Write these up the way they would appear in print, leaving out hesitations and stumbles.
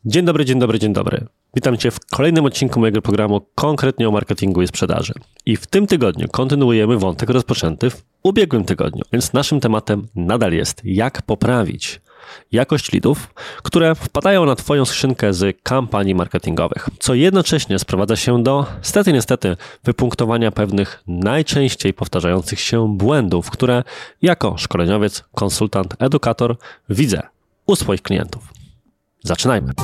Dzień dobry, dzień dobry, dzień dobry. Witam Cię w kolejnym odcinku mojego programu konkretnie o marketingu i sprzedaży. I w tym tygodniu kontynuujemy wątek rozpoczęty w ubiegłym tygodniu, więc naszym tematem nadal jest, jak poprawić jakość leadów, które wpadają na Twoją skrzynkę z kampanii marketingowych, co jednocześnie sprowadza się do, niestety, wypunktowania pewnych najczęściej powtarzających się błędów, które jako szkoleniowiec, konsultant, edukator widzę u swoich klientów. Zaczynajmy.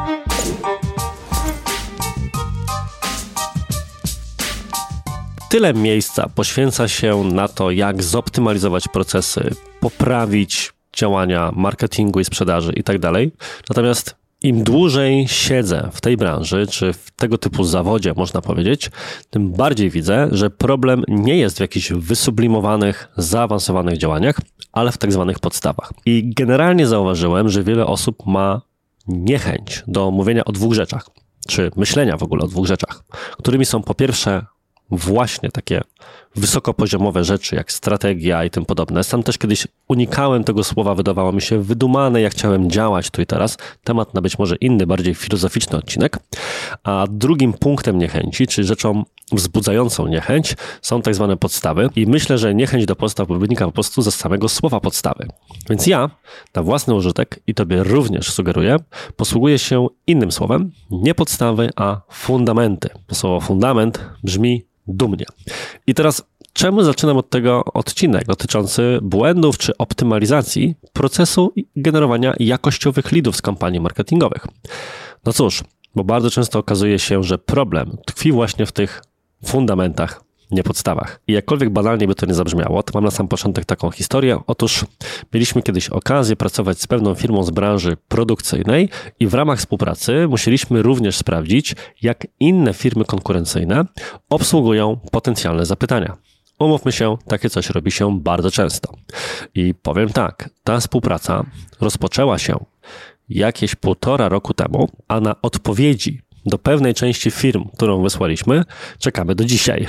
Tyle miejsca poświęca się na to, jak zoptymalizować procesy, poprawić działania marketingu i sprzedaży itd. Natomiast im dłużej siedzę w tej branży, czy w tego typu zawodzie, można powiedzieć, tym bardziej widzę, że problem nie jest w jakichś wysublimowanych, zaawansowanych działaniach, ale w tak zwanych podstawach. I generalnie zauważyłem, że wiele osób ma niechęć do mówienia o dwóch rzeczach, czy myślenia w ogóle o dwóch rzeczach, którymi są po pierwsze właśnie takie wysokopoziomowe rzeczy jak strategia i tym podobne. Sam też kiedyś unikałem tego słowa, wydawało mi się wydumane, jak chciałem działać tu i teraz. Temat na być może inny, bardziej filozoficzny odcinek. A drugim punktem niechęci, czy rzeczą wzbudzającą niechęć, są tak zwane podstawy. I myślę, że niechęć do podstaw wynika po prostu ze samego słowa podstawy. Więc ja na własny użytek, i Tobie również sugeruję, posługuję się innym słowem, nie podstawy, a fundamenty. Bo słowo fundament brzmi dumnie. I teraz czemu zaczynam od tego odcinek dotyczący błędów czy optymalizacji procesu generowania jakościowych leadów z kampanii marketingowych? No cóż, bo bardzo często okazuje się, że problem tkwi właśnie w tych fundamentach, nie podstawach. I jakkolwiek banalnie by to nie zabrzmiało, to mam na sam początek taką historię. Otóż mieliśmy kiedyś okazję pracować z pewną firmą z branży produkcyjnej i w ramach współpracy musieliśmy również sprawdzić, jak inne firmy konkurencyjne obsługują potencjalne zapytania. Umówmy się, takie coś robi się bardzo często. I powiem tak, ta współpraca rozpoczęła się jakieś 1,5 roku temu, a na odpowiedzi do pewnej części firm, którą wysłaliśmy, czekamy do dzisiaj.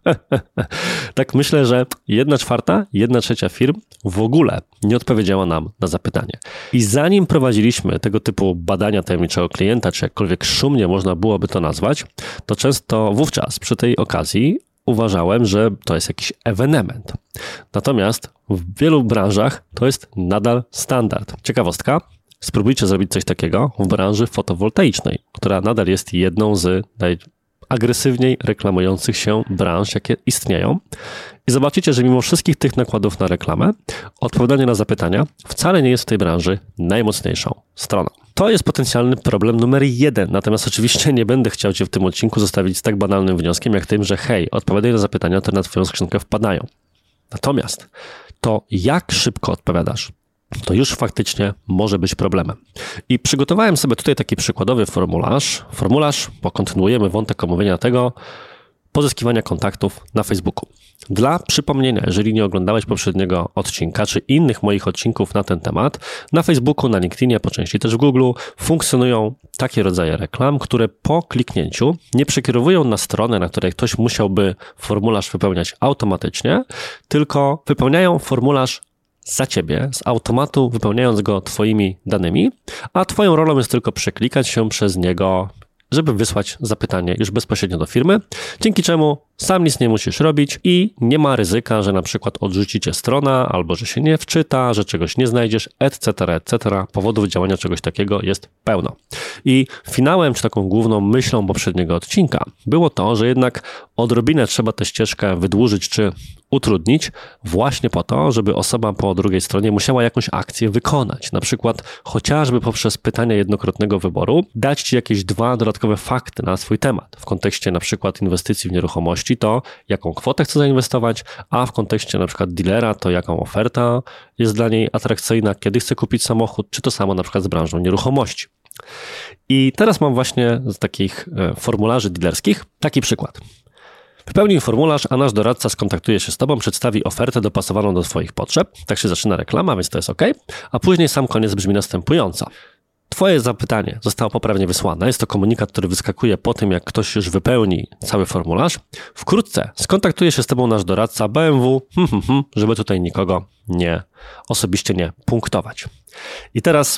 Tak myślę, że 1/4, 1/3 firm w ogóle nie odpowiedziała nam na zapytanie. I zanim prowadziliśmy tego typu badania tajemniczego klienta, czy jakkolwiek szumnie można byłoby to nazwać, to często wówczas przy tej okazji uważałem, że to jest jakiś ewenement. Natomiast w wielu branżach to jest nadal standard. Ciekawostka. Spróbujcie zrobić coś takiego w branży fotowoltaicznej, która nadal jest jedną z najagresywniej reklamujących się branż, jakie istnieją. I zobaczycie, że mimo wszystkich tych nakładów na reklamę, odpowiadanie na zapytania wcale nie jest w tej branży najmocniejszą stroną. To jest potencjalny problem numer 1, natomiast oczywiście nie będę chciał Cię w tym odcinku zostawić z tak banalnym wnioskiem, jak tym, że hej, odpowiadaj na zapytania, które na Twoją skrzynkę wpadają. Natomiast to, jak szybko odpowiadasz, to już faktycznie może być problemem. I przygotowałem sobie tutaj taki przykładowy formularz, bo kontynuujemy wątek omówienia tego, pozyskiwania kontaktów na Facebooku. Dla przypomnienia, jeżeli nie oglądałeś poprzedniego odcinka, czy innych moich odcinków na ten temat, na Facebooku, na LinkedInie, po części też w Google funkcjonują takie rodzaje reklam, które po kliknięciu nie przekierowują na stronę, na której ktoś musiałby formularz wypełniać automatycznie, tylko wypełniają formularz za Ciebie, z automatu wypełniając go Twoimi danymi, a Twoją rolą jest tylko przeklikać się przez niego, żeby wysłać zapytanie już bezpośrednio do firmy, dzięki czemu sam nic nie musisz robić i nie ma ryzyka, że na przykład odrzuci Cię strona, albo że się nie wczyta, że czegoś nie znajdziesz, etc., etc. Powodów działania czegoś takiego jest pełno. I finałem, czy taką główną myślą poprzedniego odcinka było to, że jednak odrobinę trzeba tę ścieżkę wydłużyć, czy utrudnić właśnie po to, żeby osoba po drugiej stronie musiała jakąś akcję wykonać. Na przykład chociażby poprzez pytania jednokrotnego wyboru dać Ci jakieś 2 dodatkowe fakty na swój temat. W kontekście na przykład inwestycji w nieruchomości to jaką kwotę chce zainwestować, a w kontekście na przykład dealera to jaką oferta jest dla niej atrakcyjna, kiedy chce kupić samochód, czy to samo na przykład z branżą nieruchomości. I teraz mam właśnie z takich formularzy dealerskich taki przykład. Wypełnij formularz, a nasz doradca skontaktuje się z Tobą, przedstawi ofertę dopasowaną do Twoich potrzeb. Tak się zaczyna reklama, więc to jest OK. A później sam koniec brzmi następująco. Twoje zapytanie zostało poprawnie wysłane. Jest to komunikat, który wyskakuje po tym, jak ktoś już wypełni cały formularz. Wkrótce skontaktuje się z Tobą nasz doradca BMW, żeby tutaj nikogo osobiście nie punktować. I teraz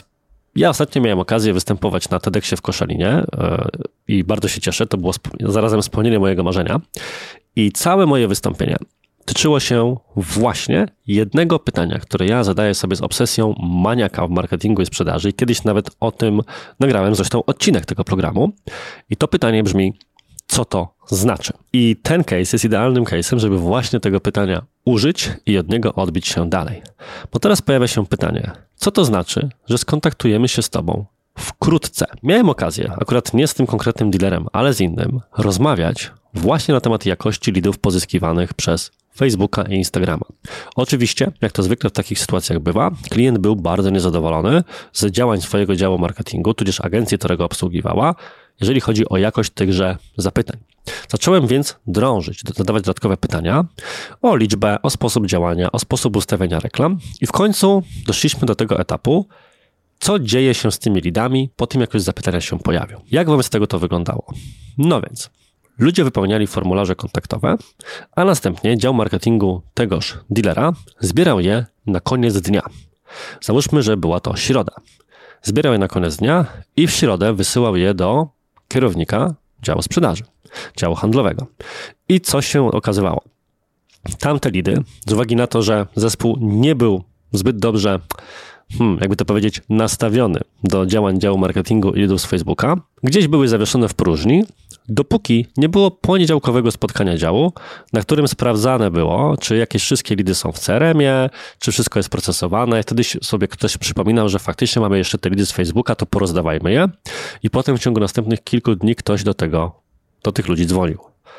Ja ostatnio miałem okazję występować na TEDxie w Koszalinie i bardzo się cieszę, to było zarazem spełnienie mojego marzenia. I całe moje wystąpienie tyczyło się właśnie jednego pytania, które ja zadaję sobie z obsesją maniaka w marketingu i sprzedaży i kiedyś nawet o tym nagrałem zresztą odcinek tego programu. I to pytanie brzmi, co to znaczy? I ten case jest idealnym case'em, żeby właśnie tego pytania użyć i od niego odbić się dalej. Bo teraz pojawia się pytanie, co to znaczy, że skontaktujemy się z tobą wkrótce? Miałem okazję, akurat nie z tym konkretnym dealerem, ale z innym, rozmawiać właśnie na temat jakości leadów pozyskiwanych przez Facebooka i Instagrama. Oczywiście, jak to zwykle w takich sytuacjach bywa, klient był bardzo niezadowolony z działań swojego działu marketingu, tudzież agencji, która go obsługiwała, jeżeli chodzi o jakość tychże zapytań. Zacząłem więc drążyć, zadawać dodatkowe pytania o liczbę, o sposób działania, o sposób ustawiania reklam i w końcu doszliśmy do tego etapu, co dzieje się z tymi leadami po tym, jak już zapytania się pojawią. Jak wobec tego to wyglądało? No więc, ludzie wypełniali formularze kontaktowe, a następnie dział marketingu tegoż dealera zbierał je na koniec dnia. Załóżmy, że była to środa. Zbierał je na koniec dnia i w środę wysyłał je do kierownika działu sprzedaży, działu handlowego. I co się okazywało? Tamte leady, z uwagi na to, że zespół nie był zbyt dobrze, jakby to powiedzieć, nastawiony do działań działu marketingu i leadów z Facebooka, gdzieś były zawieszone w próżni, dopóki nie było poniedziałkowego spotkania działu, na którym sprawdzane było, czy jakieś wszystkie leady są w CRM-ie, czy wszystko jest procesowane. I wtedy sobie ktoś przypominał, że faktycznie mamy jeszcze te leady z Facebooka, to porozdawajmy je. I potem w ciągu następnych kilku dni ktoś do tych ludzi dzwonił.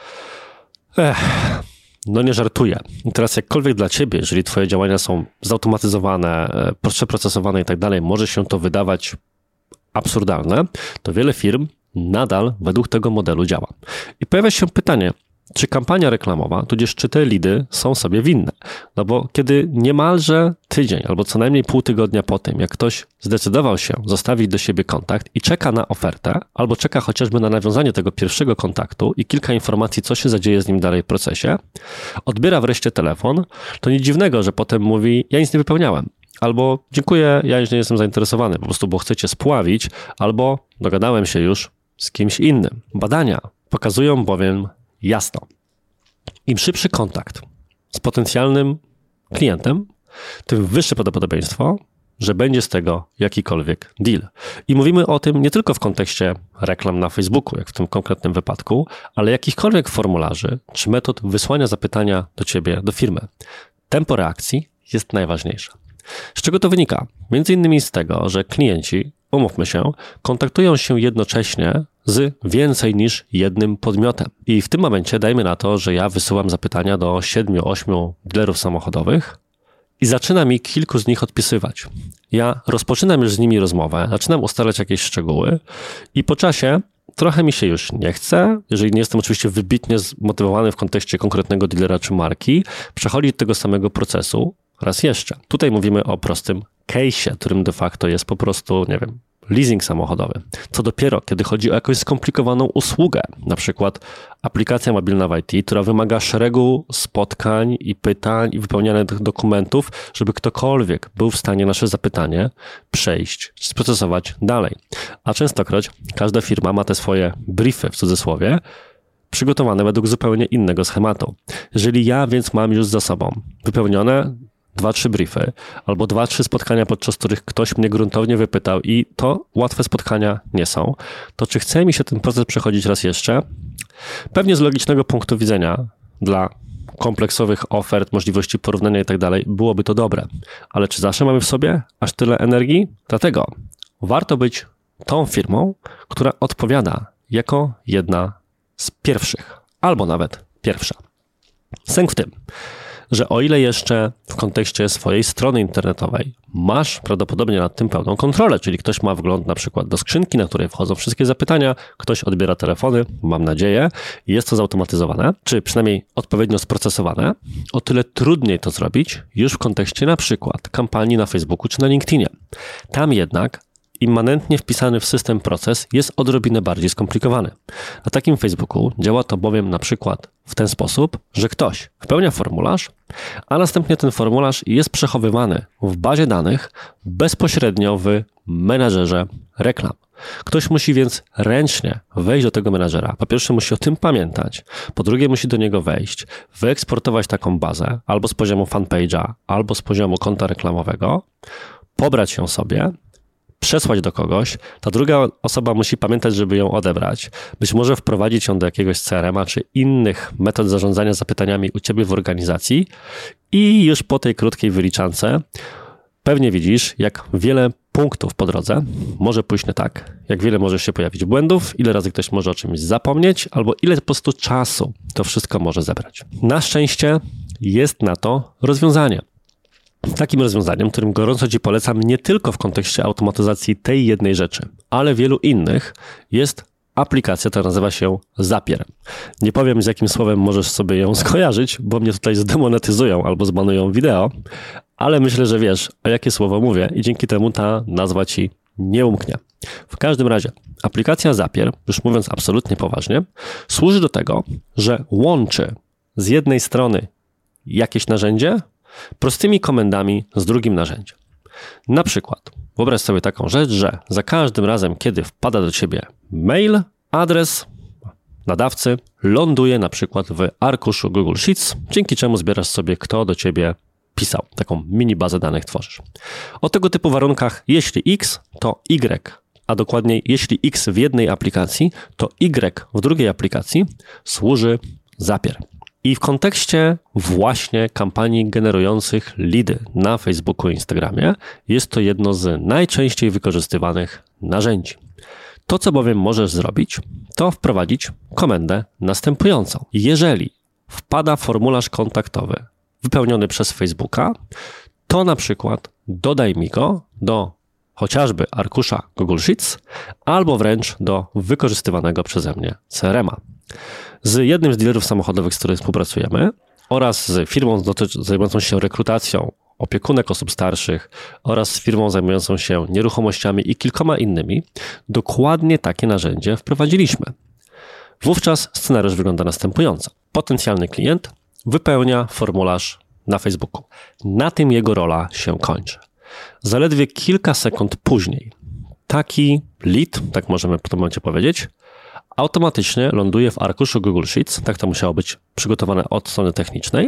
No nie żartuję. I teraz jakkolwiek dla ciebie, jeżeli twoje działania są zautomatyzowane, przeprocesowane i tak dalej, może się to wydawać absurdalne, to wiele firm nadal według tego modelu działa. I pojawia się pytanie, czy kampania reklamowa, tudzież czy te leady są sobie winne? No bo kiedy niemalże tydzień albo co najmniej pół tygodnia po tym, jak ktoś zdecydował się zostawić do siebie kontakt i czeka na ofertę, albo czeka chociażby na nawiązanie tego pierwszego kontaktu i kilka informacji, co się zadzieje z nim dalej w procesie, odbiera wreszcie telefon, to nic dziwnego, że potem mówi, ja nic nie wypełniałem. Albo dziękuję, ja już nie jestem zainteresowany, po prostu bo chcecie spławić, albo dogadałem się już z kimś innym. Badania pokazują bowiem jasno, im szybszy kontakt z potencjalnym klientem, tym wyższe prawdopodobieństwo, że będzie z tego jakikolwiek deal. I mówimy o tym nie tylko w kontekście reklam na Facebooku, jak w tym konkretnym wypadku, ale jakichkolwiek formularzy czy metod wysłania zapytania do ciebie, do firmy. Tempo reakcji jest najważniejsze. Z czego to wynika? Między innymi z tego, że klienci, umówmy się, kontaktują się jednocześnie z więcej niż jednym podmiotem. I w tym momencie dajmy na to, że ja wysyłam zapytania do 7-8 dealerów samochodowych i zaczyna mi kilku z nich odpisywać. Ja rozpoczynam już z nimi rozmowę, zaczynam ustalać jakieś szczegóły i po czasie trochę mi się już nie chce, jeżeli nie jestem oczywiście wybitnie zmotywowany w kontekście konkretnego dealera czy marki, przechodzić do tego samego procesu raz jeszcze. Tutaj mówimy o prostym case'ie, którym de facto jest po prostu, nie wiem, leasing samochodowy. Co dopiero, kiedy chodzi o jakąś skomplikowaną usługę, na przykład aplikacja mobilna w IT, która wymaga szeregu spotkań i pytań i wypełniania tych dokumentów, żeby ktokolwiek był w stanie nasze zapytanie przejść, sprocesować dalej. A częstokroć każda firma ma te swoje briefy, w cudzysłowie, przygotowane według zupełnie innego schematu. Jeżeli ja więc mam już za sobą wypełnione 2-3 briefy, albo 2-3 spotkania, podczas których ktoś mnie gruntownie wypytał i to łatwe spotkania nie są, to czy chce mi się ten proces przechodzić raz jeszcze? Pewnie z logicznego punktu widzenia dla kompleksowych ofert, możliwości porównania i tak dalej, byłoby to dobre. Ale czy zawsze mamy w sobie aż tyle energii? Dlatego warto być tą firmą, która odpowiada jako jedna z pierwszych, albo nawet pierwsza. Sęk w tym, że o ile jeszcze w kontekście swojej strony internetowej masz prawdopodobnie nad tym pełną kontrolę, czyli ktoś ma wgląd na przykład do skrzynki, na której wchodzą wszystkie zapytania, ktoś odbiera telefony, mam nadzieję, i jest to zautomatyzowane, czy przynajmniej odpowiednio sprocesowane, o tyle trudniej to zrobić już w kontekście na przykład kampanii na Facebooku czy na LinkedInie. Tam jednak immanentnie wpisany w system proces jest odrobinę bardziej skomplikowany. Na takim Facebooku działa to bowiem na przykład w ten sposób, że ktoś wypełnia formularz, a następnie ten formularz jest przechowywany w bazie danych bezpośrednio w menadżerze reklam. Ktoś musi więc ręcznie wejść do tego menadżera. Po pierwsze musi o tym pamiętać, po drugie musi do niego wejść, wyeksportować taką bazę albo z poziomu fanpage'a, albo z poziomu konta reklamowego, pobrać ją sobie, przesłać do kogoś, ta druga osoba musi pamiętać, żeby ją odebrać, być może wprowadzić ją do jakiegoś CRM-a czy innych metod zarządzania zapytaniami u ciebie w organizacji i już po tej krótkiej wyliczance pewnie widzisz, jak wiele punktów po drodze może pójść nie tak, jak wiele może się pojawić błędów, ile razy ktoś może o czymś zapomnieć, albo ile po prostu czasu to wszystko może zebrać. Na szczęście jest na to rozwiązanie. Takim rozwiązaniem, którym gorąco Ci polecam nie tylko w kontekście automatyzacji tej jednej rzeczy, ale wielu innych, jest aplikacja, która nazywa się Zapier. Nie powiem, z jakim słowem możesz sobie ją skojarzyć, bo mnie tutaj zdemonetyzują albo zbanują wideo, ale myślę, że wiesz, o jakie słowo mówię i dzięki temu ta nazwa Ci nie umknie. W każdym razie aplikacja Zapier, już mówiąc absolutnie poważnie, służy do tego, że łączy z jednej strony jakieś narzędzie prostymi komendami z drugim narzędziem. Na przykład wyobraź sobie taką rzecz, że za każdym razem, kiedy wpada do Ciebie mail, adres nadawcy ląduje na przykład w arkuszu Google Sheets, dzięki czemu zbierasz sobie, kto do Ciebie pisał. Taką mini bazę danych tworzysz. O tego typu warunkach, jeśli X, to Y, a dokładniej jeśli X w jednej aplikacji, to Y w drugiej aplikacji służy Zapier. I w kontekście właśnie kampanii generujących leady na Facebooku i Instagramie jest to jedno z najczęściej wykorzystywanych narzędzi. To, co bowiem możesz zrobić, to wprowadzić komendę następującą. Jeżeli wpada formularz kontaktowy wypełniony przez Facebooka, to na przykład dodaj mi go do chociażby arkusza Google Sheets albo wręcz do wykorzystywanego przeze mnie CRM-a. Z jednym z dealerów samochodowych, z którym współpracujemy oraz z firmą zajmującą się rekrutacją opiekunek osób starszych oraz z firmą zajmującą się nieruchomościami i kilkoma innymi, dokładnie takie narzędzie wprowadziliśmy. Wówczas scenariusz wygląda następująco. Potencjalny klient wypełnia formularz na Facebooku. Na tym jego rola się kończy. Zaledwie kilka sekund później taki lead, tak możemy w tym momencie powiedzieć, automatycznie ląduje w arkuszu Google Sheets, tak to musiało być przygotowane od strony technicznej,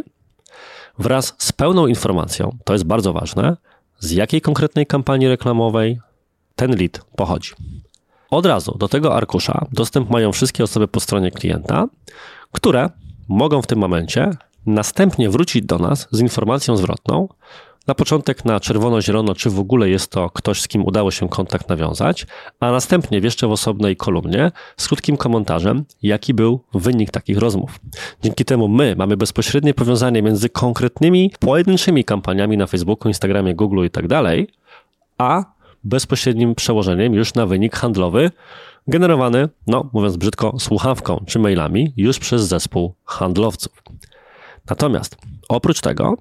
wraz z pełną informacją, to jest bardzo ważne, z jakiej konkretnej kampanii reklamowej ten lead pochodzi. Od razu do tego arkusza dostęp mają wszystkie osoby po stronie klienta, które mogą w tym momencie następnie wrócić do nas z informacją zwrotną, na początek na czerwono-zielono, czy w ogóle jest to ktoś, z kim udało się kontakt nawiązać, a następnie jeszcze w osobnej kolumnie z krótkim komentarzem, jaki był wynik takich rozmów. Dzięki temu my mamy bezpośrednie powiązanie między konkretnymi, pojedynczymi kampaniami na Facebooku, Instagramie, Google i tak dalej, a bezpośrednim przełożeniem już na wynik handlowy generowany, no mówiąc brzydko, słuchawką czy mailami już przez zespół handlowców. Natomiast oprócz tego,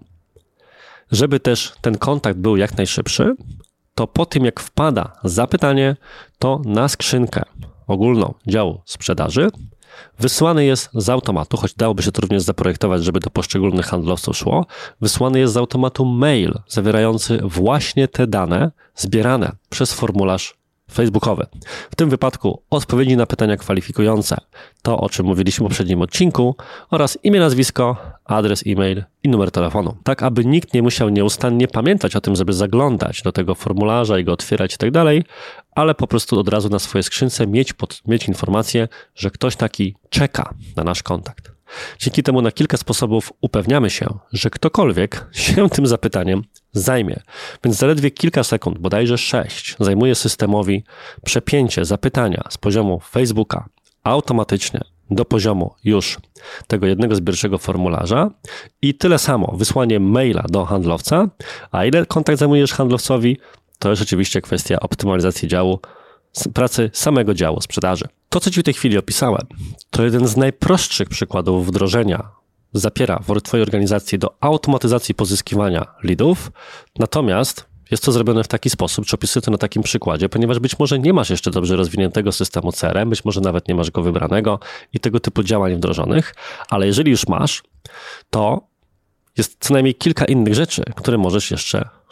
żeby też ten kontakt był jak najszybszy, to po tym jak wpada zapytanie, to na skrzynkę ogólną działu sprzedaży wysłany jest z automatu, choć dałoby się to również zaprojektować, żeby do poszczególnych handlowców szło, wysłany jest z automatu mail zawierający właśnie te dane zbierane przez formularz facebookowy. W tym wypadku odpowiedzi na pytania kwalifikujące, to o czym mówiliśmy w poprzednim odcinku, oraz imię, nazwisko, adres e-mail i numer telefonu. Tak, aby nikt nie musiał nieustannie pamiętać o tym, żeby zaglądać do tego formularza i go otwierać i tak dalej, ale po prostu od razu na swojej skrzynce mieć informację, że ktoś taki czeka na nasz kontakt. Dzięki temu na kilka sposobów upewniamy się, że ktokolwiek się tym zapytaniem zajmie. Więc zaledwie kilka sekund, bodajże 6, zajmuje systemowi przepięcie zapytania z poziomu Facebooka automatycznie do poziomu już tego jednego zbiorczego formularza i tyle samo wysłanie maila do handlowca, a ile kontakt zajmujesz handlowcowi, to jest oczywiście kwestia optymalizacji działu, pracy samego działu sprzedaży. To, co Ci w tej chwili opisałem, to jeden z najprostszych przykładów wdrożenia Zapiera w Twojej organizacji do automatyzacji pozyskiwania leadów, natomiast jest to zrobione w taki sposób, czy opisuję to na takim przykładzie, ponieważ być może nie masz jeszcze dobrze rozwiniętego systemu CRM, być może nawet nie masz go wybranego i tego typu działań wdrożonych, ale jeżeli już masz, to jest co najmniej kilka innych rzeczy, które możesz jeszcze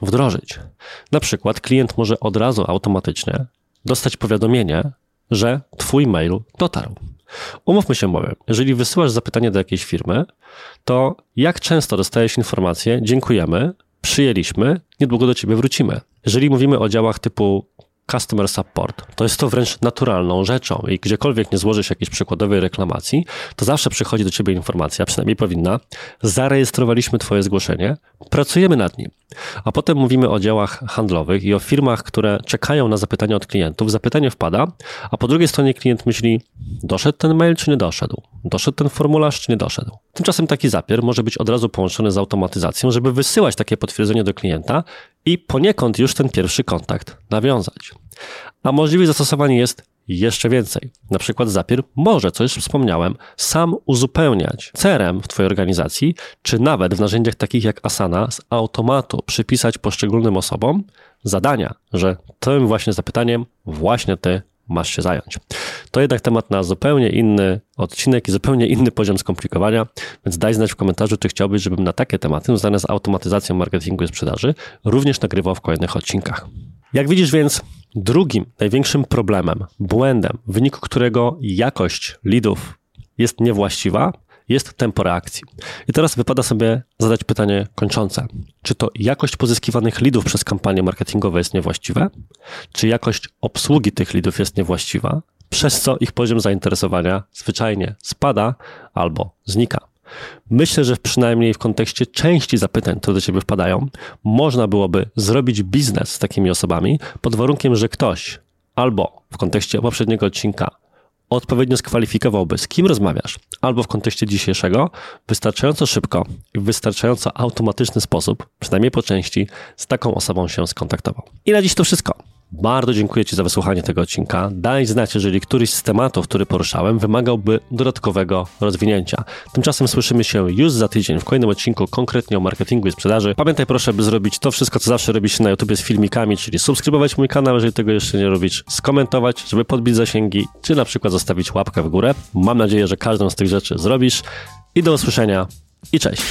wdrożyć. Na przykład klient może od razu automatycznie dostać powiadomienie, że twój mail dotarł. Umówmy się bowiem, jeżeli wysyłasz zapytanie do jakiejś firmy, to jak często dostajesz informację, dziękujemy, przyjęliśmy, niedługo do ciebie wrócimy. Jeżeli mówimy o działach typu customer support, to jest to wręcz naturalną rzeczą i gdziekolwiek nie złożysz jakiejś przykładowej reklamacji, to zawsze przychodzi do ciebie informacja, przynajmniej powinna, zarejestrowaliśmy twoje zgłoszenie, pracujemy nad nim. A potem mówimy o działach handlowych i o firmach, które czekają na zapytania od klientów. Zapytanie wpada, a po drugiej stronie klient myśli, doszedł ten mail czy nie doszedł? Doszedł ten formularz czy nie doszedł? Tymczasem taki zapier może być od razu połączony z automatyzacją, żeby wysyłać takie potwierdzenie do klienta i poniekąd już ten pierwszy kontakt nawiązać. A możliwych zastosowań jest jeszcze więcej. Na przykład zapier może, co już wspomniałem, sam uzupełniać CRM w twojej organizacji, czy nawet w narzędziach takich jak Asana z automatu przypisać poszczególnym osobom zadania, że tym właśnie zapytaniem właśnie ty masz się zająć. To jednak temat na zupełnie inny odcinek i zupełnie inny poziom skomplikowania, więc daj znać w komentarzu, czy chciałbyś, żebym na takie tematy związane z automatyzacją marketingu i sprzedaży również nagrywał w kolejnych odcinkach. Jak widzisz więc, drugim największym problemem, błędem, w wyniku którego jakość leadów jest niewłaściwa, jest tempo reakcji. I teraz wypada sobie zadać pytanie kończące. Czy to jakość pozyskiwanych leadów przez kampanie marketingowe jest niewłaściwe? Czy jakość obsługi tych leadów jest niewłaściwa? Przez co ich poziom zainteresowania zwyczajnie spada albo znika. Myślę, że przynajmniej w kontekście części zapytań, które do ciebie wpadają, można byłoby zrobić biznes z takimi osobami pod warunkiem, że ktoś albo w kontekście poprzedniego odcinka odpowiednio skwalifikowałby, z kim rozmawiasz, albo w kontekście dzisiejszego wystarczająco szybko i w wystarczająco automatyczny sposób, przynajmniej po części, z taką osobą się skontaktował. I na dziś to wszystko. Bardzo dziękuję ci za wysłuchanie tego odcinka. Daj znać, jeżeli któryś z tematów, który poruszałem, wymagałby dodatkowego rozwinięcia. Tymczasem słyszymy się już za tydzień w kolejnym odcinku konkretnie o marketingu i sprzedaży. Pamiętaj proszę, by zrobić to wszystko, co zawsze robisz na YouTubie z filmikami, czyli subskrybować mój kanał, jeżeli tego jeszcze nie robisz, skomentować, żeby podbić zasięgi, czy na przykład zostawić łapkę w górę. Mam nadzieję, że każdą z tych rzeczy zrobisz. I do usłyszenia i cześć.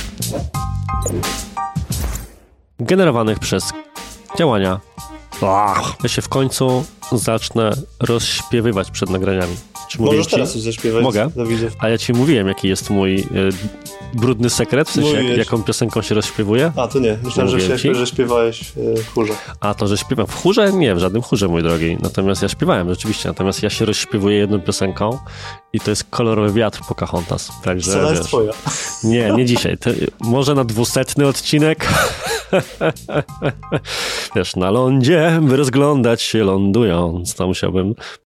Generowanych przez działania. Ja się w końcu zacznę rozśpiewywać przed nagraniami. Czy możesz teraz już zaśpiewać? Mogę, a ja ci mówiłem, jaki jest mój brudny sekret, w sensie jaką piosenką się rozśpiewuję. A, to nie. Myślałem, że śpiewałeś w chórze. A, to, że śpiewam w chórze? Nie, w żadnym chórze, mój drogi. Natomiast ja śpiewałem rzeczywiście, natomiast ja się rozśpiewuję jedną piosenką i to jest Kolorowy wiatr Pocahontas. Także, co jest twoja? Nie dzisiaj. Może na 200 odcinek. Wiesz, na lądzie, by rozglądać się lądując, to musiałbym